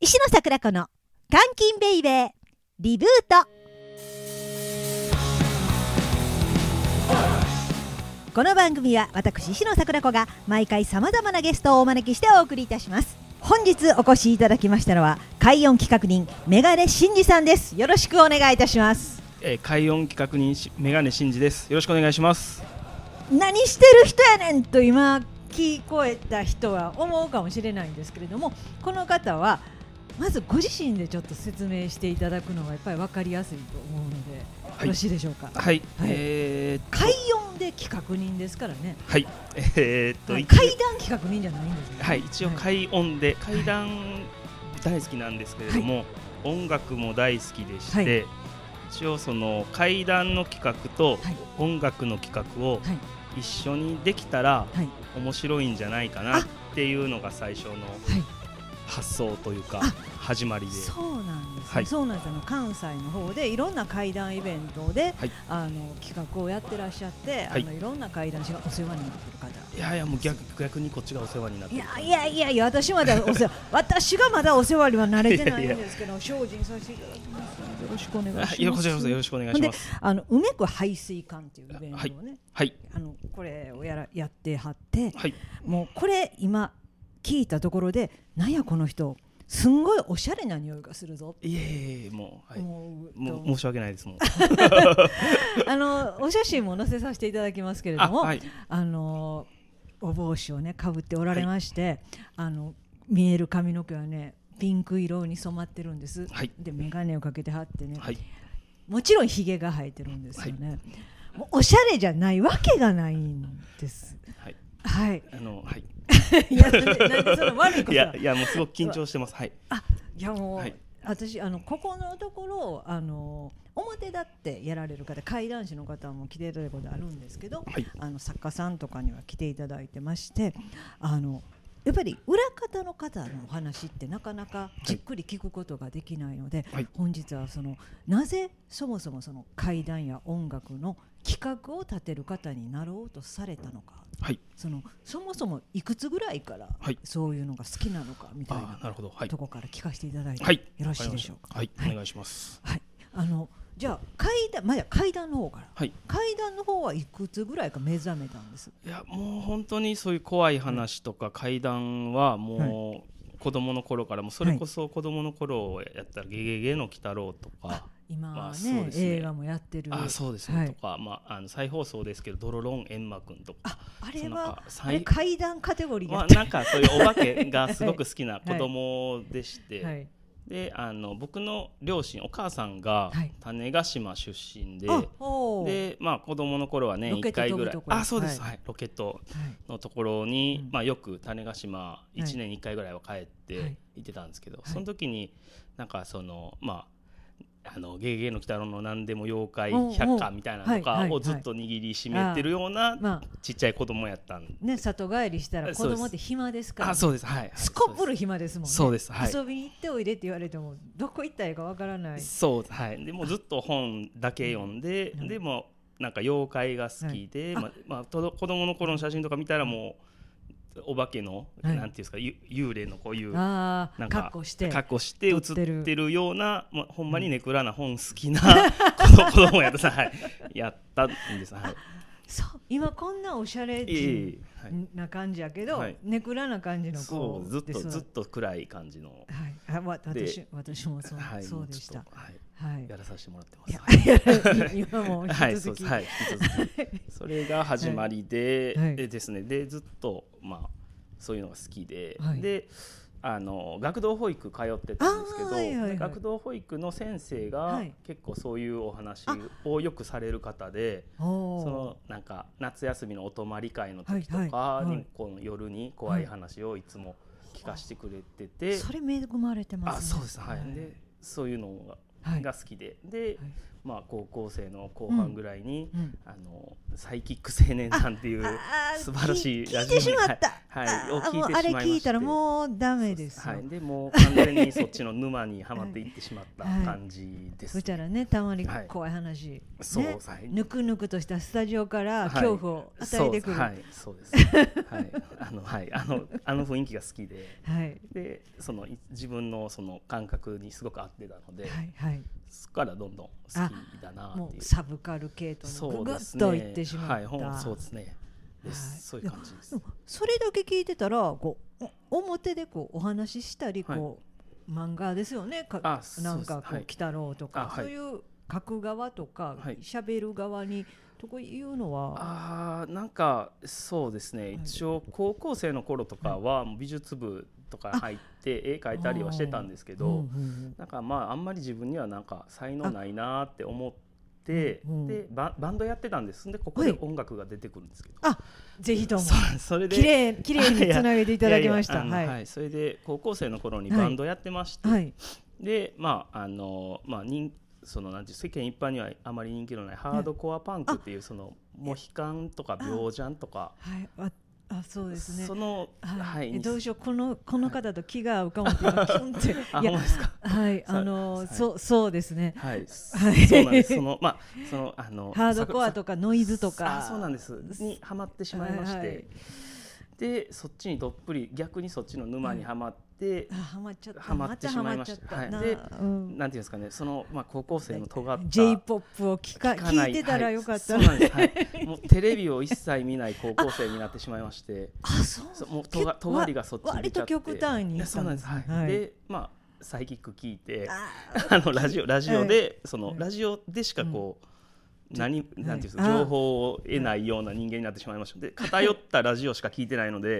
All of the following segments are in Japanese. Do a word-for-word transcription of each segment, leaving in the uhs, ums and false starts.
石野桜子の監禁ベイベーリブート。この番組は私石野桜子が毎回さまざまなゲストをお招きしてお送りいたします。本日お越しいただきましたのは海音企画人メガネ真司さんです。よろしくお願いいたします。 えー、海音企画人メガネ真司です。よろしくお願いします。 何してる人やねんと今聞こえた人は思うかもしれないんですけれども、この方はまずご自身でちょっと説明していただくのがやっぱり分かりやすいと思うので、はい、よろしいでしょうか。 はい、 はい、 えー、 海音で企画人ですからね。 はい、えー、っと、 はい、怪談企画人じゃないんですね。 はい、一応海音で、はい、怪談大好きなんですけれども、はい、音楽も大好きでして、はい、一応その怪談の企画と音楽の企画を一緒にできたら面白いんじゃないかなっていうのが最初の発想というか始まりで。 そうなんですね、はい、そうなんです。あの関西の方でいろんな怪談イベントで、はい、あの企画をやってらっしゃって、はい、あのいろんな怪談師がお世話になっている方。 いやいや、もう 逆, 逆にこっちがお世話になっている。 いやいやいや、私まだお世話私がまだお世話には慣れてないんですけど、精進させていただきます。よろしくお願いします。 いや、こちらこそよろしくお願いします。 あの梅区排水管っていうイベントをね、 はい、 あのこれをやらやってはって、 はい、もうこれ今聞いたところで、なんやこの人すんごいおしゃれな匂いがするぞ。 いえいえ、もう、はい、もうもう申し訳ないです。もうあのお写真も載せさせていただきますけれども、あ、はい、あのお帽子をねかぶっておられまして、はい、あの見える髪の毛はねピンク色に染まってるんです、はい、で眼鏡をかけてはってね、はい、もちろんひげが生えてるんですよね、はい、もうおしゃれじゃないわけがないんです。はい、はい、 あの、はいいや、なんで、なんでその悪いこと。 いやいや、もうすごく緊張してます。はい。 あ、いやもう、はい、私あのここのところあの表立ってやられる方、怪談師の方も来ていただいたことあるんですけど、はい、あの作家さんとかには来ていただいてまして、あのやっぱり裏方の方のお話ってなかなかじっくり聞くことができないので、はい、本日はそのなぜそもそもその怪談や音楽の企画を立てる方になろうとされたのか、はい、そのそもそもいくつぐらいからそういうのが好きなのかみたいなところから聞かせていただいて、はい、よろしいでしょうか。 はい、はい、お願いします。 はい、あのじゃあ怪談、まあ、怪談の方から、はい、怪談の方はいくつぐらいか目覚めたんです？ いや、もう本当にそういう怖い話とか怪談はもう子供の頃からも、それこそ子供の頃やったらゲゲゲの鬼太郎とか、 今ね、まあね、 映画もやってる、 あ、そうですね、はい、とか、まあ、あの再放送ですけどドロロンエンマくんとか、 あ、あれはあれ怪談カテゴリーやった、まあ、なんかそういうお化けがすごく好きな子供でして、はいはい、であの僕の両親、お母さんが種子島出身で、はい、で、まあ、子供の頃はねいっかいぐらい、あ、そうです、はいはい、ロケットのところに、はい、まあ、よく種子島いちねんにいっかいぐらいは帰って行ってたんですけど、はい、その時になんかそのまああのゲゲゲの鬼太郎の何でも妖怪百科みたいなのとかをずっと握りしめてるようなちっちゃい子供やったんで、 ね、里帰りしたら子供って暇ですから、ね、 あ、そうです、はい、 すこぶる暇ですもんね。 そうです、はい、 遊びに行っておいでって言われてもどこ行ったらいいかわからない。 そう、はい、でもずっと本だけ読んで、うん、でもなんか妖怪が好きで、はい、ままあ、と子供の頃の写真とか見たらもうお化けの、はい、なんていうんですか、幽霊のこういうなんか格好して格好して写ってるような、まあ、ほんまにネクラな本好きな子供やった、はい、やったんです、はい、 そう今こんなおしゃれ人な感じやけど、はい、ネクラな感じの子、 そうずっとずっと暗い感じの、 はい、私, 私もそう、はい、そうでした、 はい、やらさせてもらってます。 今も引き続き、 はい、そうです、はい、引き続きそれが始まりで、はい、でですね、でずっとまあそういうのが好きで、はい、であの学童保育通ってたんですけど、はいはいはい、学童保育の先生が結構そういうお話をよくされる方で、そのなんか夏休みのお泊まり会の時とかに、はいはいはい、この夜に怖い話をいつも聞かせてくれてて、 それ恵まれてますね。 あ、そうです、はい、でそういうのがが好きで、で、 まあ、高校生の後半ぐらいに、 うんうん、 あのサイキック青年さんっていう素晴らしいラジオに聞いてしまった、 はいはい、を聞いてしまいまして、 あれ聞いたらもうダメですよ。 はい、でもう完全にそっちの沼にはまっていってしまった感じです、ね。 そしたらね、たまに怖い話、はい、 そう、ね、はい、 ぬくぬくとしたスタジオから恐怖を与えてくる、 はい、そうです、はい、はい、あのはいあのあの雰囲気が好きで、はい、でその自分のその感覚にすごく合ってたので、はいはい、そこからどんどん好きだなっていう、もうサブカル系統にググッといってしまった、 はい、はい、そうですね。はい、そういう感じです。 それだけ聞いてたらこう表でこうお話ししたりこう、はい、漫画ですよね、かなんかこう鬼太郎とか、はい、そういう書く側とか喋、はい、る側にとかいうのは、 あなんかそうですね、はい、一応高校生の頃とかは美術部とか入って絵描いたりはしてたんですけど、なんかまああんまり自分にはなんか才能ないなって思って。で, で バ, バンドやってたんです。でここで音楽が出てくるんですけど、 はい、あぜひともそ, それできれいきれいにつなげていただきました。 それで高校生の頃にバンドやってまして、はい、でまああのまあ人そのなんていう世間一般にはあまり人気のないハードコアパンクっていう、そのモヒカンとか病ジャンとか、 はいあそうですね。 その、 はいはい、どうしようこのこの方と気が合うかもって今キュンってあ、いや、ですか。 はいあの、はい、そうそうですね。 はい、はい、そうなんです。そのまあそのあのハードコアとかノイズとか、 あそうなんですにハマってしまいまして、はいはい、でそっちにどっぷり逆にそっちの沼にはまって。でハマっちゃったハマってしまいました。はい、で、うん、なんていうんですかね、そのまあ高校生の尖ったジェイポップ を聞か聞いてたらよかった。 はい、そうなんです。はい、もうテレビを一切見ない高校生になってしまいまして、 あそうそうもうとが尖りがそっちに出ちゃって、 割と極端に。 そうなんです。はい。はい、でまあサイキック聞いて、あのラジオラジオで、はい、そのラジオでしかこう。うん何なんていうんですか、情報を得ないような人間になってしまいましたで、偏ったラジオしか聞いてないので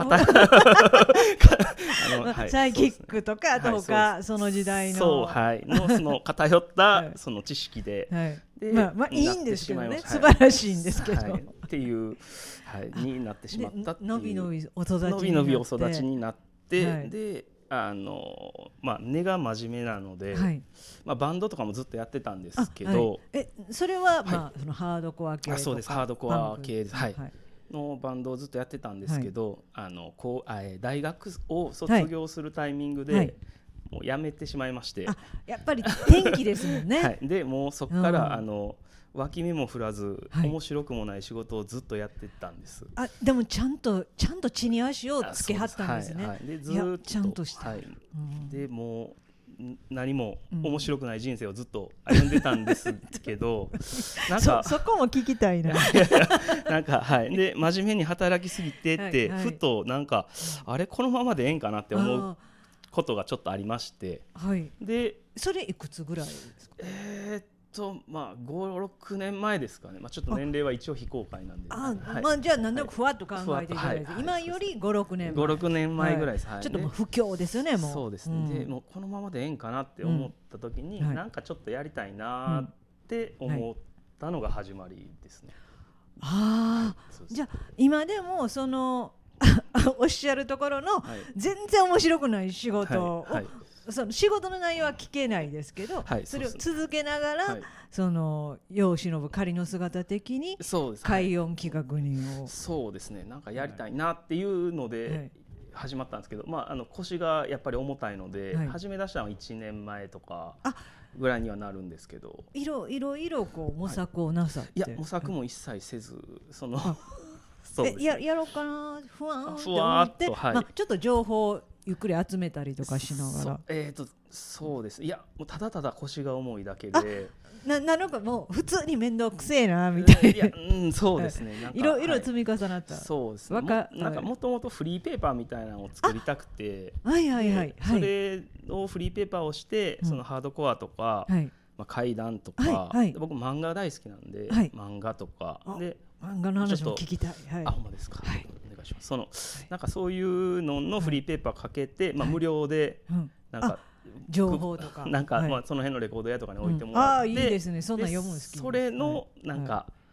サイキックとかあと他、はい、その時代のそう、はい、のその偏ったその知識で、 はい、でまあまあいいんですけどね、素晴らしいんですけど、はい、 っていう、はい、になってしまったっていう、 のびのびお育ちになってのびのびお育ちになって、はい、であのまあ、根が真面目なので、はい、まあ、バンドとかもずっとやってたんですけど、はい、 えそれは、まあ、そのハードコア系とか、 あそうです、ハードコア系です、はい、のバンドをずっとやってたんですけど、はい、あのこうあ大学を卒業するタイミングで、はい、もう辞めてしまいまして、 あやっぱり転機ですもんね、 はい、でもうそこから、うん、あの脇目も振らず、はい、面白くもない仕事をずっとやってたんです。 あでもちゃんとちゃんと地に足をつけはったんですね。 はいはい、でずっとちゃんとした、 はい、うん、でもう何も面白くない人生をずっと歩んでたんですけど、うん、なんかそ, そこも聞きたいななんか、はい、で真面目に働きすぎてって、はいはい、ふとなんかあれこのままでええんかなって思うことがちょっとありまして、 はい、 でそれいくつぐらいですか？ えーっとまあ、ご、ろくねんまえですかね、まあ、ちょっと年齢は一応非公開なんで、 あ、はい、まあ、じゃあ何でもふわっと考えていただいて、はい、今よりご、ろくねんまえ、 ご、ろくねんまえぐらいです、はい、 ちょっともう不況ですよね、もうそうですね、うん、でもうこのままでええんかなって思った時に、うん、なんかちょっとやりたいなって思ったのが始まりですね、 うん、はい、ああ、じゃあ今でもそのおっしゃるところの、はい、全然面白くない仕事を、はいはい、その仕事の内容は聞けないですけど、はい、それを続けながら、はい、その世を忍ぶ仮の姿的に海音企画人を、 そうですね、なんかやりたいなっていうので始まったんですけど、はい、まあ、あの腰がやっぱり重たいので、はい、始め出したのはいちねんまえとかぐらいにはなるんですけど、 いろいろいろこう模索をなさって、 はい、いや模索も一切せず、そのそうですね、や, やろうかな不安って思って、はい、まあ、ちょっと情報をゆっくり集めたりとかしながら、 えーとそうです、いやもうただただ腰が重いだけで、 ななんかもう普通に面倒くせえなみたいな、いや、 うん、そうですね、なんかいろいろ積み重なった、 はい、そうですね、もなんかもともとフリーペーパーみたいなのを作りたくて、 はいはいはい、 それをフリーペーパーをして、うん、そのハードコアとか、はい、まあ、怪談とか、はいはい、僕漫画大好きなんで、はい、漫画とかで漫画の話も聞きたい、 はい、あ、ほんまですか、はい、お願いします。その、はい、なんかそういうののフリーペーパーかけて、はい、まあ、無料で、はい、なんか情報とかなんか、はい、まあ、その辺のレコード屋とかに置いてもらって、 うん、あ、いいですね、そんな読むの好き、 それのなんか、はい、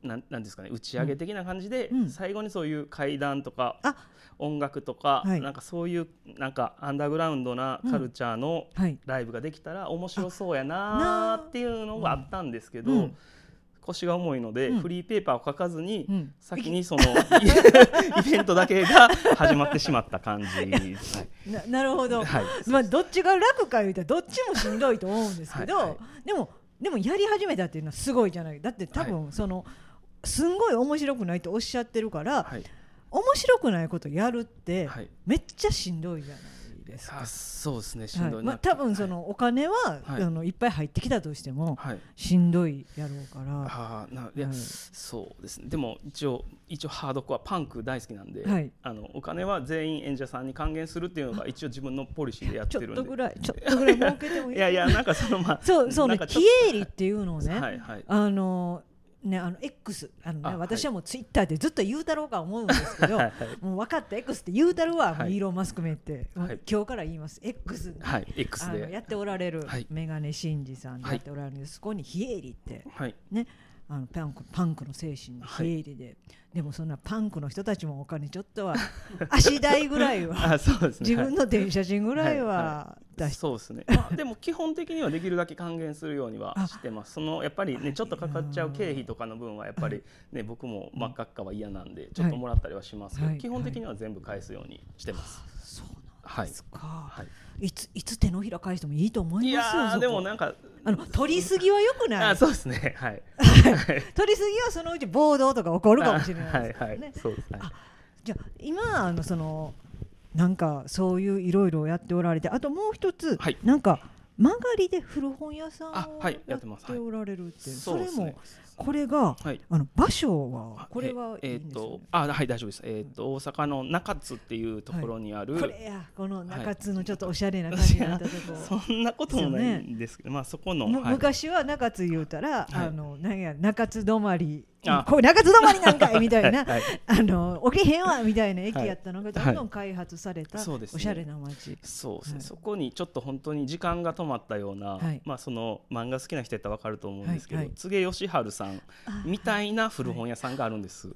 なんなんですかね、打ち上げ的な感じで、うん、最後にそういう怪談とか音楽とか、はい、なんかそういうなんかアンダーグラウンドなカルチャーのライブができたら面白そうやなっていうのがあったんですけど、うん、腰が重いので、うん、フリーペーパーを書かずに、うん、先にそのイベントだけが始まってしまった感じ、はい、 な, なるほど、はい、まあ、どっちが楽か言うたらどっちもしんどいと思うんですけど、はいはい、でもでもやり始めたっていうのはすごいじゃない。だって多分その、はい、すんごい面白くないとおっしゃってるから、はい、面白くないことやるってめっちゃしんどいじゃないですか。 あ、そうですね、しんどい、はい、 まあ、多分そのお金は、はい、あのいっぱい入ってきたとしても、はい、しんどいやろうから。 あないや、はい、そうですね。でも一応一応ハードコアパンク大好きなんで、はい、あのお金は全員演者さんに還元するっていうのが一応自分のポリシーでやってるんで、 ちょっとぐらいちょっとぐらい儲けてもいい。 いやいや、なんかそのまあそうそうね、非営利っていうのをね、はいはい、あのね、あの X あの、ね、あ私はもうツイッターでずっと言うたろうか思うんですけど、はい、もう分かった X って言うたるわ、はい、もうイーロン・マスク名って、はい、今日から言います X、はい、X でやっておられる、はい、メガネ真司さんでやっておられるんです、そこに非営利って、はい、ね、あのパンク、パンクの精神の非営利で、はい、でもそんなパンクの人たちもお金ちょっとは足代ぐらいはそうです、ね、自分の電車賃ぐらいは出して、 そうですね、まあ、でも基本的にはできるだけ還元するようにはしてます。そのやっぱりね、ちょっとかかっちゃう経費とかの分はやっぱりね、僕も真っ赤っかは嫌なんでちょっともらったりはしますけど、はい、基本的には全部返すようにしてます。はい、 そうなんですか、はい、いついつ手のひら返してもいいと思いますよ。いやでもなんかあの取りすぎは良くない。 あ、そうですね、はい、 取りすぎはそのうち暴動とか起こるかもしれないですからね。はいはい、そうですね。あ、じゃあ今あのそのなんかそういういろいろやっておられて、あともう一つ、はい、なんか曲がりで古本屋さんをやっておられるって、それもこれが、はい、あの場所はこれはいいんですよね。 あ、はい、大丈夫です。えっと大阪の中津っていうところにある、はい、 これやこの中津のちょっとおしゃれな感じになったところ、 はい、そんなこともないんですけど、ね、まあそこの、 はい、昔は中津言うたら、はい、あのなんや中津止まり、これ中津止まりなんかいみたいな、はい、あの起きへんわみたいな駅やったのがどんどん開発された、はい、おしゃれな街。 そうですね、はい、そこにちょっと本当に時間が止まったような、はい、まあその漫画好きな人やったら分かると思うんですけど、はいはい、柘植義治さんみたいな古本屋さんがあるんです。はい、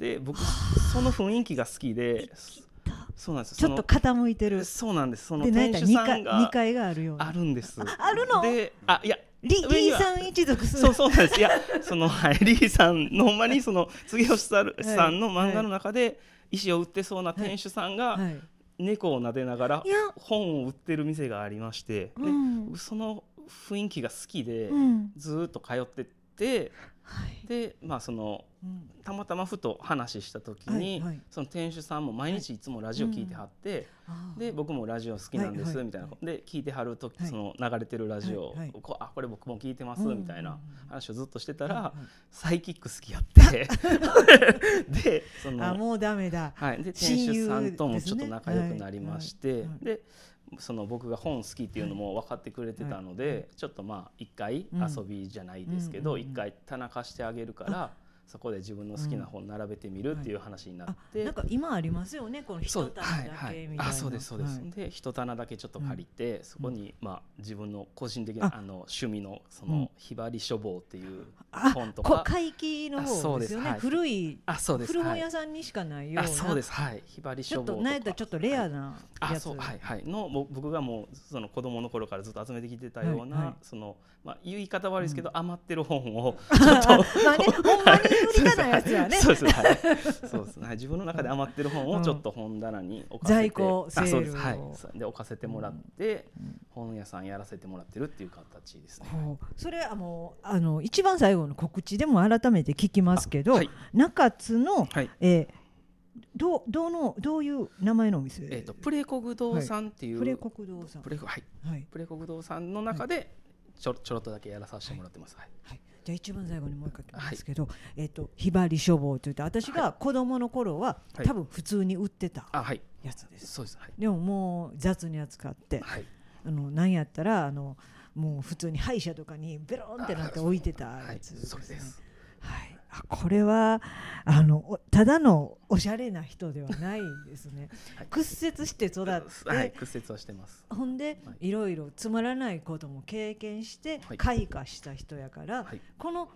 で僕その雰囲気が好きで、そうなんです。 ちょっと傾いてる。 そうなんです。その店主さんがにかいがあるような。 あるんです。 あ、あるの？ で、あ、いや。 リーさん一族そうそうなんです。いや、その、はい、リーさんのほんまにその柘植義治さんの漫画の中で石を売ってそうな店主さんが猫を撫でながら本を売ってる店がありまして、で、うん、その雰囲気が好きでずっと通ってて、はい、で、まあその、うん、たまたまふと話した時に、はいはい、その店主さんも毎日いつもラジオ聞いてはって、はい、で僕もラジオ好きなんです、はいはい、みたいなで聞いてはる時、はい、その流れてるラジオ、はいはい、こあこれ僕も聞いてます、うん、みたいな話をずっとしてたら、はいはい、サイキック好きやってでそのあもうダメだ、 はい、で店主さんともちょっと仲良くなりまして、はいはい、でその僕が本好きっていうのも分かってくれてたので、はいはい、ちょっとまあ一回遊びじゃないですけど一、うん、回棚貸してあげるからそこで自分の好きな本並べてみるっていう話になって、 うんはい、なんか今ありますよねこの一棚だけみたいな。 あ、そうですそうです、はい、で一棚だけちょっと借りて、うん、そこにまあ自分の個人的なあの趣味のそのひばり書房っていう本とか怪奇の方ですよね。古いあそうです古本屋さんにしかないような、 あそうです、はいひばり書房とかちょっと何やったらちょっとレアなやつ、 はい、あそうはいはいの僕がもうその子供の頃からずっと集めてきてたような、はいはい、そのまあ言い方悪いですけど、うん、余ってる本をちょっとまあねほんまに売りたないやつはねそうです、はい、そうです、はい、自分の中で余ってる本をちょっと本棚に置かせて、 在庫セールを、 あそうです、はい、で置かせてもらって、うん、本屋さんやらせてもらってるっていう形ですね。 それはもうあの一番最後の告知でも改めて聞きますけど、はい、中津の、はい、えーど, ど, のどういう名前のお店、 えー、とプレコグ堂さんっていう、 はい、プレコグ堂さん、 プレコ、はいはい、プレコグ堂さんの中でち ょ, ちょろっとだけやらさせてもらってます。はいはい、 じゃあ一番最後にもう一回聞きますけど、はい、えー、とひばり書房といって私が子供の頃は、はい、多分普通に売ってたやつです。 そうです、はい、 でももう雑に扱って、はい、あの何やったらあのもう普通に歯医者とかにベロンってなって置いてたやつですね。そうです。はい。あこれはあのただのおしゃれな人ではないんですね、はい、屈折して育って、 はい、屈折はしてます。 ほんで、はい、いろいろつまらないことも経験して開花した人やから、はい、この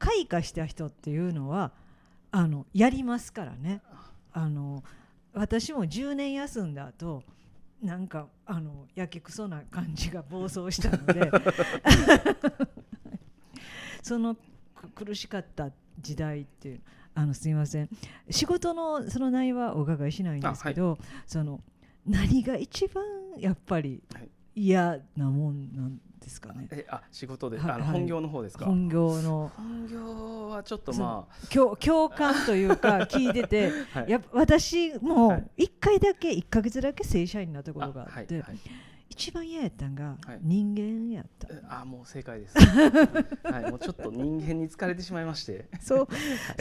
開花した人っていうのはあのやりますからね。あの私もじゅうねん休んだ後なんかあのやけくそな感じが暴走したのでその苦しかった時代っていうあのすみません仕事のその内容はお伺いしないんですけど、はい、その何が一番やっぱり嫌なもんなんですかね。 えあ仕事で、はい、あの本業の方ですか。 本業の本業はちょっとまあ共, 共感というか聞いてて、はい、やっぱ私もいっかいだけいっかげつだけ正社員なところがあって、はいはい、一番嫌やったんが人間やった、はい、 あもう正解です、はい、もうちょっと人間に疲れてしまいましてそう、はい、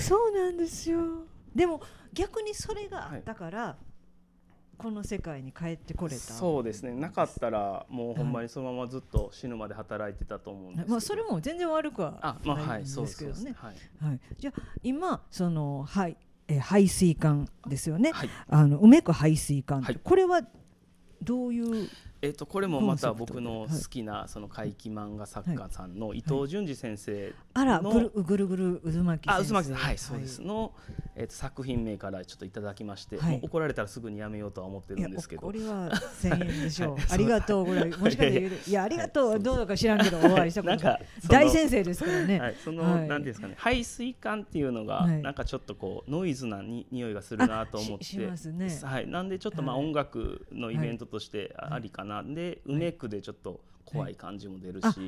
そうなんですよ。でも逆にそれがあったから、はいこの世界に帰ってこれた。 そうですね。なかったらもうほんまにそのままずっと死ぬまで働いてたと思うんですけど、 まあ、それも全然悪くはないんですけどね。じゃあ今その、はいえー、排水管ですよね、はい、あの梅子排水管、はい、これはどういうえー、とこれもまた僕の好きなその怪奇漫画作家さんの伊藤潤二先生の、 あらぐるぐるぐる渦巻き先生、あ渦巻きはいそうです、はい、の、えー、と作品名からちょっといただきまして、はい、もう怒られたらすぐにやめようとは思ってるんですけど、 いや怒りはせんえんでしょう、はい、ありがとうぐらいもしかして言ういやありがとう、はい、どうだか知らんけどお会いしたことない大先生ですからね、 はい、その、はい、なんていうんですかね排水管っていうのが、はい、なんかちょっとこうノイズなに匂いがするなと思ってし, しますね、 はい、なんでちょっとまあ音楽のイベントとしてありかな、はい、で梅区でちょっと怖い感じも出るし、はい、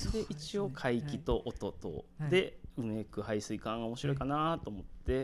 で一応怪奇と音と、はい、で梅区排水管が面白いかなと思って、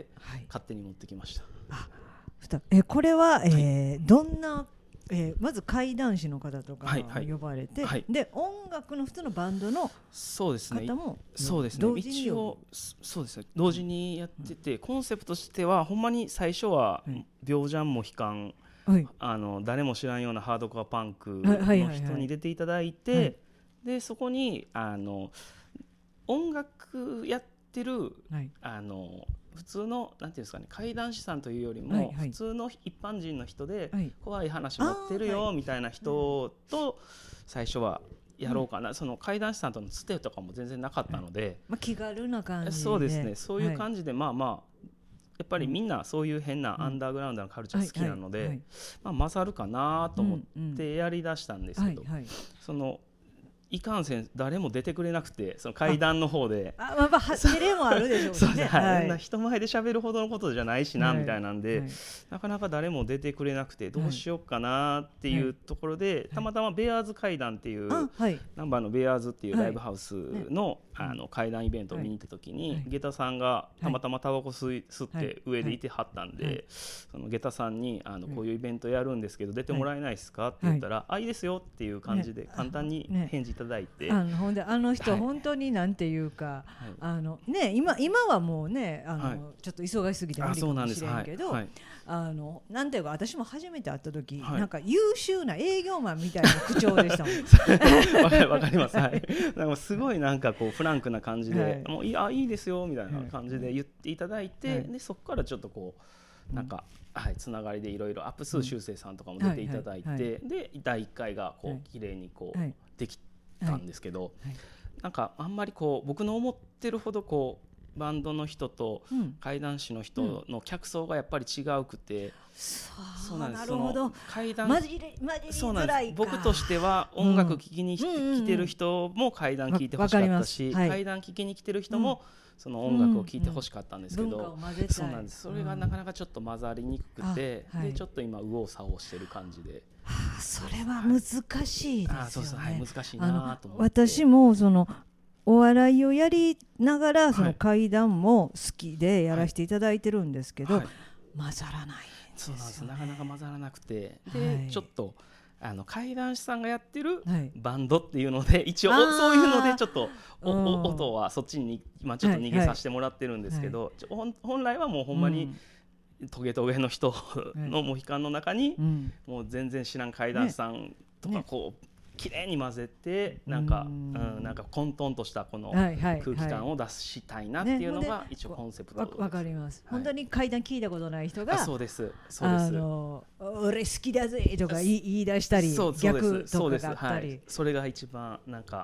はい、勝手に持ってきました。 あえこれは、えーはい、どんな、えー、まず怪談師の方とか呼ばれて、はいはい、で音楽の普通のバンドの方もそうですねそうですね一応そうですね同時にやってて、うん、コンセプトとしてはほんまに最初は病ジャンも悲観はい、あの誰も知らんようなハードコアパンクの人に出ていただいて、はいはいはい、でそこにあの音楽やってる、はい、あの普通のなんていうんですかね怪談師さんというよりも、はいはい、普通の一般人の人で、はい、怖い話持ってるよ、はい、みたいな人と最初はやろうかな、うん、その怪談師さんとのつてとかも全然なかったので、はいまあ、 気軽な感じでそうですねそういう感じで、はい、まあまあやっぱりみんなそういう変なアンダーグラウンドのカルチャー好きなので、うんはいはいまあ、勝るかなと思ってやりだしたんですけど、うんうんはいはい、そのいかんせん誰も出てくれなくてその階段の方でああ、まあ、照れもあるでしょうねそうね、 はいはい、人前で喋るほどのことじゃないしな、はい、みたいなんで、はい、なかなか誰も出てくれなくてどうしようかなっていうところで、はい、たまたまベアーズ階段っていう、はい、ナンバーのベアーズっていうライブハウスの、はい、あの階段イベントを見に行った時に、はい、下駄さんがたまたまタバコ吸い吸って上でいてはったんで、はいはい、その下駄さんにあのこういうイベントやるんですけど出てもらえないですかって言ったら、はい、あいいですよっていう感じで簡単に返事いただいて、 ねねほんであの人、はい、本当になんていうか、はい、あのね、今, 今はもうねあの、はい、ちょっと忙しすぎて無理かもしれんけど、はいはい、あのなんていうか私も初めて会った時、はい、なんか優秀な営業マンみたいな口調でしたもんわかります、はい、なんかすごいなんかこうフランクな感じで、はい、もういい、あいいですよみたいな感じで言っていただいて、はい、でそこからちょっとこうなんか、はい、つながりでいろいろアップ数修正さんとかも出ていただいて、うんはいはいはい、でだいいっかいがこう綺麗にこう、はい、できたんですけど、はいはい、なんかあんまりこう僕の思ってるほどこうバンドの人と怪談師の人の客層がやっぱり違うくて、うん、 そうなんです。なるほど。 怪談混じり混じりづらいか。 僕としては音楽聴きに、うん、来てる人も怪談聴いてほしかったし、はい、怪談聴きに来てる人も、うんその音楽を聴いてほしかったんですけど、うんうん、そうなんです。それがなかなかちょっと混ざりにくくて、うん、でちょっと今右往左往してる感じで、 はあ、それは難しいですよね。あそうそう、はい、 難しいなと思って。 私もそのお笑いをやりながらその怪談も好きでやらせていただいてるんですけど、はいはい、混ざらないんですよね。そうなんです。なかなか混ざらなくて、で、はい、ちょっとあの怪談師さんがやってるバンドっていうので、はい、一応そういうのでちょっとおお音はそっちに今ちょっと逃げさせてもらってるんですけど、はいはい、本来はもうほんまにトゲトゲの人のモヒカンの中に、うん、もう全然知らん怪談師さんとかこう、ね綺麗に混ぜてなんか、うんうん、なんか混沌としたこの空気感を出したいなっていうのが一応コンセプトです。 わかります、はい、本当に怪談聞いたことない人がそうですそうです、あの俺好きだぜとか言い出したり逆とかがあったり、 はい、それが一番なんか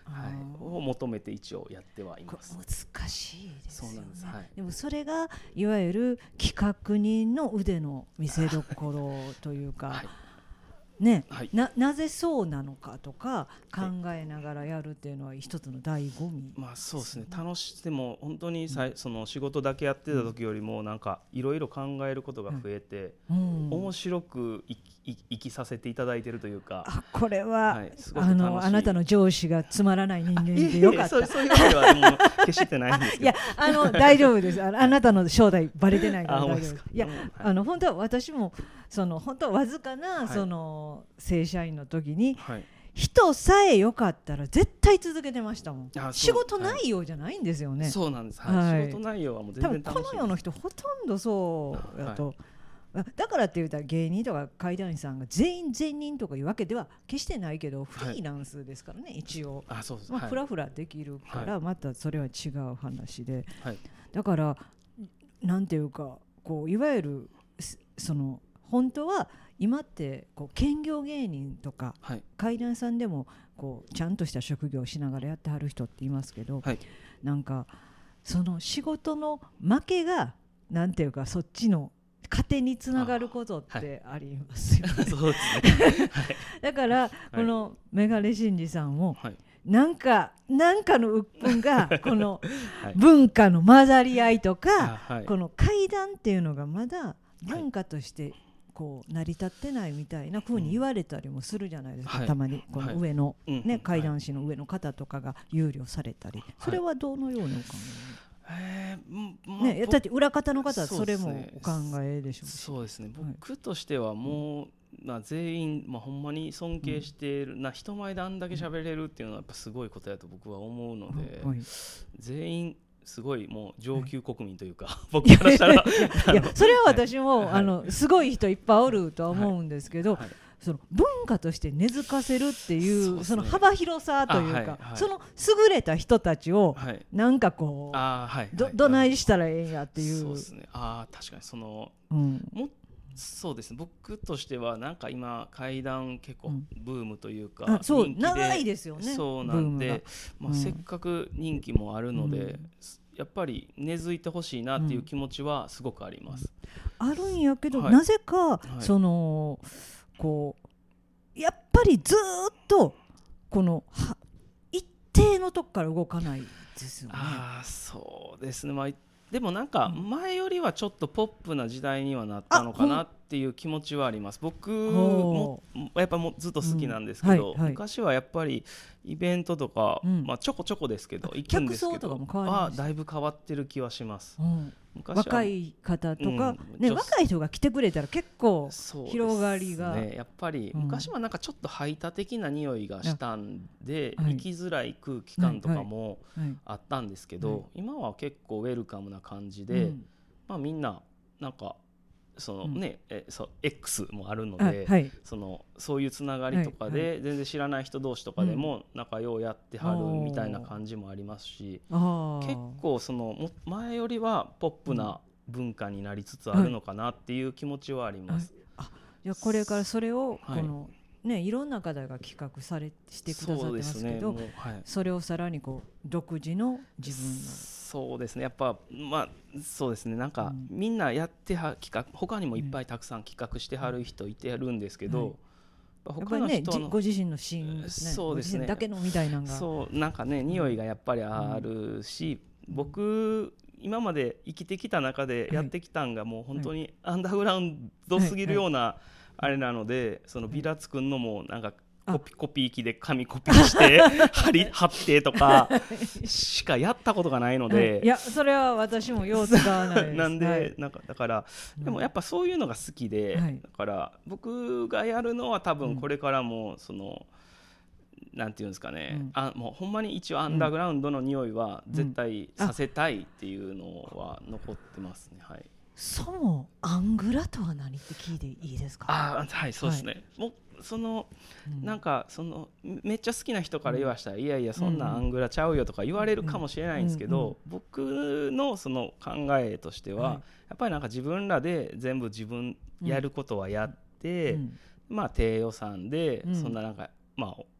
はい、を求めて一応やってはいます。 難しいですよね。 そうなんです、はい、 でもそれがいわゆる企画人の腕の見せ所というか、はいね、はい、な, なぜそうなのかとか考えながらやるっていうのは一つの醍醐味、 まあそうですね。楽しでも本当にさい、うん、その仕事だけやってた時よりもなんかいろいろ考えることが増えて、うんうん、面白く生き、生きさせていただいてるというか。 あ、これは、はい、あのあなたの上司がつまらない人間でよかった。 そういうわけではでも決してないんですけど。 いや、あの大丈夫です。あのあなたの正体バレてないから大丈夫です。いや、うん、はい、あの本当は私もその本当はわずかな、はい、その正社員の時に、はい、人さえ良かったら絶対続けてましたもん。仕事内容じゃないんですよね。 はい、そうなんです、はいはい、仕事内容はもう全然楽しいです。 多分この世の人ほとんどそうやと、はい、だからって言ったら芸人とか怪談師さんが全員全人とかいうわけでは決してないけど、フリーランスですからね、はい、一応あそうです、まあ、フラフラできるから、はい、またそれは違う話で、はい、だからなんていうかこういわゆるその本当は今ってこう兼業芸人とか、はい、怪談さんでもこうちゃんとした職業をしながらやってはる人っていますけど、はい、なんかその仕事の負けがなんていうかそっちの糧につながることってありますよね。そうですね、はい、だからこのメガネ真司さんも、はい、なんかなんかの鬱憤がこの文化の混ざり合いとか、はい、この怪談っていうのがまだ文化としてこう成り立ってないみたいな風に言われたりもするじゃないですか、うん、たまにこの上の、はいね、怪談師の上の方とかが憂慮されたり、はい、それはどのようにお考え、えーまね、だって裏方の方はそれもお考えでしょうし。 そうですね、僕としてはもう、まあ、全員、まあ、ほんまに尊敬している、うん、な人前であんだけ喋れるっていうのはやっぱすごいことやと僕は思うので、はい、全員すごいもう上級国民というか、はい、僕からしたらいやそれは私も、はい、あのすごい人いっぱいおるとは思うんですけど、はいはい、その文化として根付かせるっていう、 そ, う、ね、その幅広さというか、はいはい、その優れた人たちを、はい、なんかこう、はい、ど, どないしたらええんやっていう。 そうですね、あ確かにその、うん、もそうですね、僕としてはなんか今怪談結構ブームというか、うん、 そう長いですよね。 そうなんで、まあ、せっかく人気もあるので、うん、やっぱり根付いてほしいなっていう気持ちはすごくあります、 うん、あるんやけど、はい、なぜか、はい、そのこうやっぱりずっとこの一定のとこから動かないですよね。 あそうですね、まあでもなんか前よりはちょっとポップな時代にはなったのかなっていう気持ちはあります。僕もやっぱもうずっと好きなんですけど、うんはいはい、昔はやっぱりイベントとか、うんまあ、ちょこちょこですけど行くんですけど、あだいぶ変わってる気はします、うん、 昔は若い方とか、うんね、若い人が来てくれたら結構広がりが、 ね、やっぱり昔はなんかちょっと排他的な匂いがしたんで、うん、行きづらい空気感とかもあったんですけど、はいはいはい、今は結構ウェルカムな感じで、うんまあ、みんななんかそのねうん、えそう X もあるので、はい、そのそういうつながりとかで、はいはい、全然知らない人同士とかでも仲良うやってはるみたいな感じもありますし、うん、結構その前よりはポップな文化になりつつあるのかなっていう気持ちはあります、 はい、あいやこれからそれをこの、はいね、いろんな方が企画されしてくださってますけど そ,、ねはい、それをさらにこう独自の自分のそうですねやっぱまあそうですねなんか、うん、みんなやっては企画他にもいっぱいたくさん企画してはる人いてるんですけど、うん、他の人の、 ね、ご自身のシーン、ね、そうですね、ご自身だけのみたいなのがそうなんかね匂いがやっぱりあるし、うん、僕今まで生きてきた中でやってきたんがもう本当にアンダーグラウンドすぎるような、はいはいあれなのでそのビラつくのもなんかコピコピー機で紙コピーして貼り貼ってとかしかやったことがないのでいやそれは私もよう使わないですなんで、はい、なんかだからでもやっぱそういうのが好きで、はい、だから僕がやるのは多分これからもその、うん、なんていうんですかね、うん、あもうほんまに一応アンダーグラウンドの匂いは絶対させたいっていうのは残ってますね、はいそもアングラとは何って聞いていいですか。 あはいそうですね、はい、もその、うん、なんかそのめっちゃ好きな人から言わしたら、うん、いやいやそんなアングラちゃうよとか言われるかもしれないんですけど、うんうん、僕のその考えとしては、はい、やっぱりなんか自分らで全部自分やることはやって、うん、まあ低予算で、うん、そんななんかまあ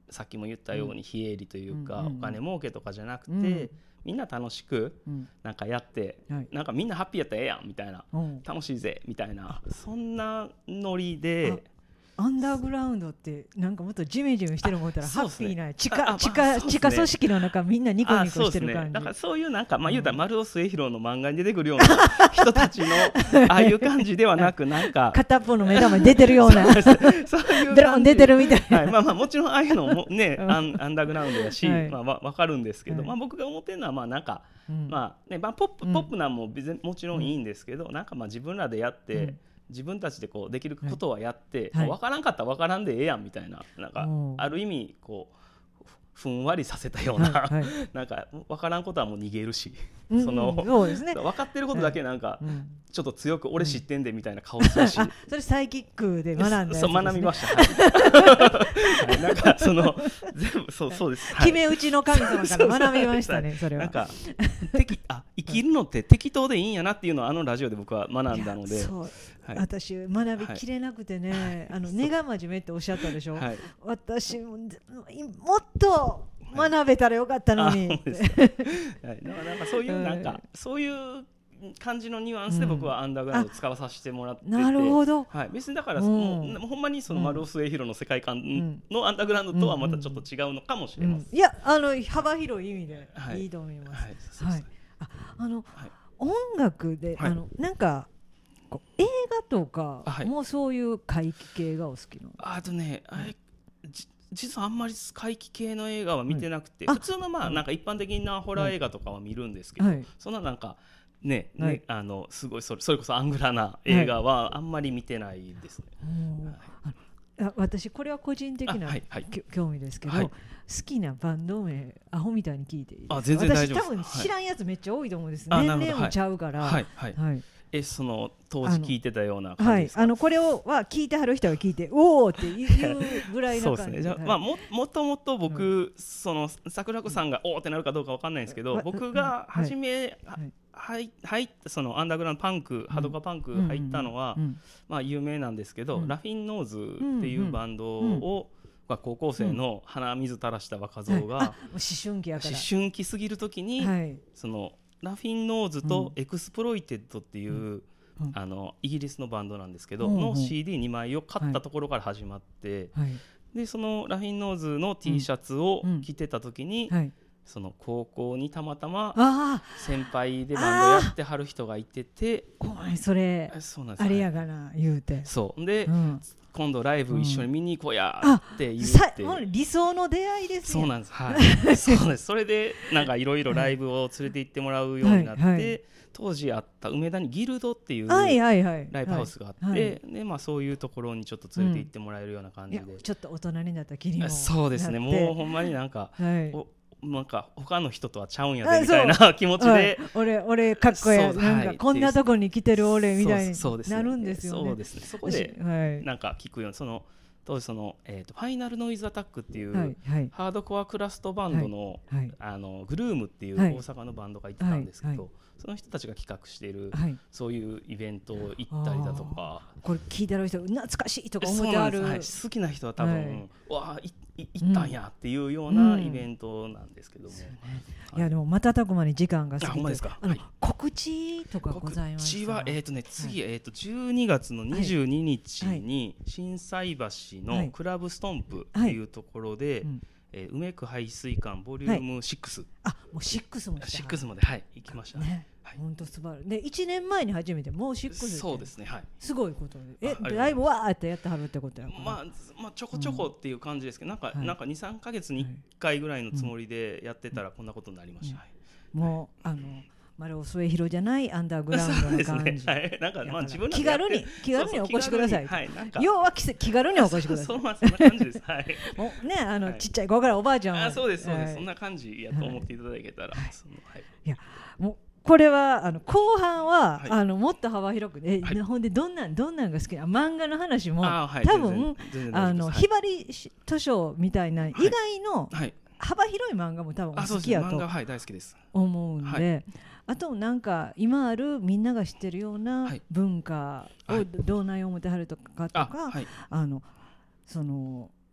さっきも言ったように非営利というか、うん、お金儲けとかじゃなくて、うん、みんな楽しくなんかやって、うん、なんかみんなハッピーやったらええやんみたいな、うん、楽しいぜみたいな、そんなノリで。 アンダーグラウンドってなんかもっとジメジメしてる思ったらハッピーな地下地下地下組織の中みんなニコニコしてる感じ。 だからそういうなんかまあ言うたら丸尾末広の漫画に出てくるような人たちのああいう感じではなく、なんか片っぽの目玉に出てるようなそういうベロン出てるみたいな、 はい、まあまあもちろんああいうのもねアンアンダーグラウンドやし、まあわわかるんですけど、まあ僕が思ってるのはまあなんかまあねまあポップポップなんも別にもちろんいいんですけど、なんかまあ自分らでやって自分たちでこうできることはやって、はい、分からんかったら分からんでええやんみたいな、なんかある意味こうふんわりさせたような、はいはい、なんか分からんことはもう逃げるし、うん、そのそうですね、分かってることだけなんか、はい、ちょっと強く俺知ってんでみたいな顔するし、うん、 それサイキックで学んだやつですね。 そう学びました、はいはい、なんかその全部そうそうです、 はい、決め打ちの神様から学びましたね。それはなんか敵あ生きるのって適当でいいんやなっていうのをあのラジオで僕は学んだので、 そうはい、私学びきれなくてね、はい、あの根が真面目っておっしゃったでしょ、はい、私ももっと学べたらよかったのに、はい、 なんかそういうなんか、はい、そういう感じのニュアンスで僕はアンダーグラウンドを使わさせてもらってて、うん、なるほど、はい、別にだから、うん、もうほんまにその丸尾末広の世界観のアンダーグラウンドとはまたちょっと違うのかもしれません、うんうん、 いやあの幅広い意味でいいと思います。あの、はい、音楽で、はい、あのなんか映画とかもそういう怪奇系がお好きなの？ あとね、あれ実はあんまり怪奇系の映画は見てなくて、はい、普通のまあなんか一般的なホラー映画とかは見るんですけど、はい、そんななんかね、はいね、あのすごいそれ、それこそアングラな映画はあんまり見てないですね、 はい、私これは個人的な、はいはい、興味ですけど、はい、好きなバンド名アホみたいに聞いていいですか？あ、全然大丈夫です。私多分知らんやつめっちゃ多いと思うんです、はい、年齢もちゃうから、はいはいはい、 えその当時聞いてたような感じですか？ はい、あのこれをは聞いてはる人が聞いておーっていうぐらいの感じ。そうですね。じゃあ、はい、 まあ、も, もともと僕、うん、その桜子さんがおーってなるかどうかわかんないんですけど、僕が初め、はいはい、入ったそのアンダーグラウンドパンク、うん、ハードコアパンク入ったのは、うんうん、まあ、有名なんですけど、うん、ラフィンノーズっていうバンドを、うんうん高校生の鼻水垂らした若造が、 はい、思春期やから思春期すぎる時に、はい、そのラフィンノーズとエクスプロイテッドっていう、うんうん、あのイギリスのバンドなんですけど、うん、の シーディーに 枚を買ったところから始まって、はい、でそのラフィンノーズの T シャツを着てた時に、うんはい、その高校にたまたま先輩でバンドやってはる人がいてて、 お前それあれやがな言うて、 そうで、うん今度ライブ一緒に見に行こうやって言って、 うん、理想の出会いですね。 そうなんです、はい、そうです。それでなんかいろいろライブを連れて行ってもらうようになって、はいはい、当時あった梅田にギルドっていうライブハウスがあって、はいはいはい、でまあ、そういうところにちょっと連れて行ってもらえるような感じで、うん、 ちょっと大人になった気にもなって、 そうですね、もうほんまになんか、はいおなんか他の人とはちゃうんやでみたいな気持ちで、はい、 俺俺かっこやなんかこんなとこに来てる俺みたいになるんですよね。 そうですね。そこでなんか聞くように、その当時その、えーと、ファイナルノイズアタックっていう、はいはい、ハードコアクラストバンドの、はい、あのグルームっていう大阪のバンドがいてたんですけど、はいはい、その人たちが企画している、はい、そういうイベントを行ったりだとか、 これ聞いてる人懐かしいとか思ってある、 はい、好きな人は多分、はい、わあ行ったんやっていうようなイベントなんですけども、うんうんはい、いやでも瞬く間に時間が過ぎて、ですか、あの、はい、告知とかございますか？ 告知は、えーとね、次、はい、えーとじゅうにがつのにじゅうににちに心斎橋のクラブストンプっていうところで、はいうんえー、梅区排水館ボリュームろく、はい、 あもうろくも来たろくまで、はい、行きましたね。 本当素晴らしい。でいちねんまえに初めてもうろくってそうですね、はい、 すごいことで、えライブわーってやってはるってことや、 まあ、まあちょこちょこっていう感じですけど、うん、なんか、はい、なんか にさんかげつにいっかいぐらいのつもりでやってたらこんなことになりました、 うんうん、もうあの丸尾末広じゃないアンダーグラウンドの感じ、ね、はい、なんかまあ自分気軽に気軽にお越しください。はい、なんか要は気軽にお越しください。 そうそんな感じです。はい。 もうねあの、はい、ちっちゃい子からおばあちゃんはあそうですそうです、はい、そんな感じやと思っていただけたら、はい、そのはい。 いやもうこれはあの後半は、はい、あのもっと幅広くえ、はい、ほんでどんなんどんなんが好きな漫画の話も、はい、多分あのひばり図書みたいな以外の、はい、幅広い漫画も多分好きやと思うんで。あとなんか今あるみんなが知ってるような文化をどう内容を持ってはるとかとか、はい、あのその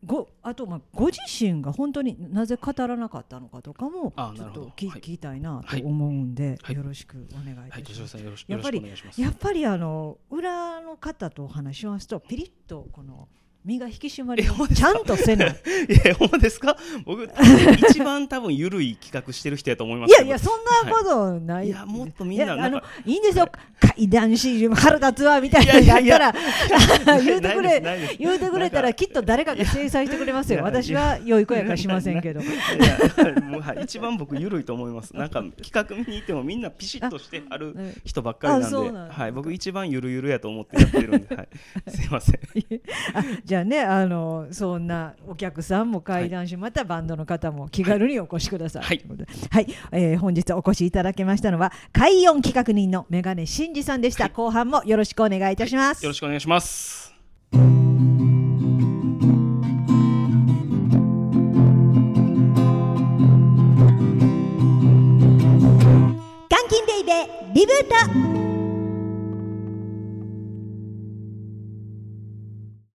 ごあとまあご自身が本当になぜ語らなかったのかとかもちょっと聞、はい、聞きたいなと思うんで、はい、よろしくお願いいたします。 はいはい、 やっぱりやっぱりあの裏の方とお話しますとピリッとこの身が引き締まりちゃんとせない。いやほんまですか。僕一番多分ゆるい企画してる人やと思いますけど。 いやいやそんなことない。はい、 いやもっとみんななんかいいんですよ。怪談師腹立つわみたいなのがあったら言うてくれ言うてくれたらきっと誰かが制裁してくれますよ。私は良い子やからしませんけど。いやもう、はい、一番僕ゆるいと思います。なんか企画見に行ってもみんなピシッとしてある人ばっかりなんで、なんはい、僕一番ゆるゆるやと思ってやってるんで、はい、すいません。 じゃあねあのそんなお客さんも怪談師、はい、またバンドの方も気軽にお越しください。はい、はい、えー、本日お越しいただきましたのは怪音企画人のメガネ真司さんでした。はい、後半もよろしくお願いいたします。はい、 よろしくお願いします。 監禁ベイベーリブート。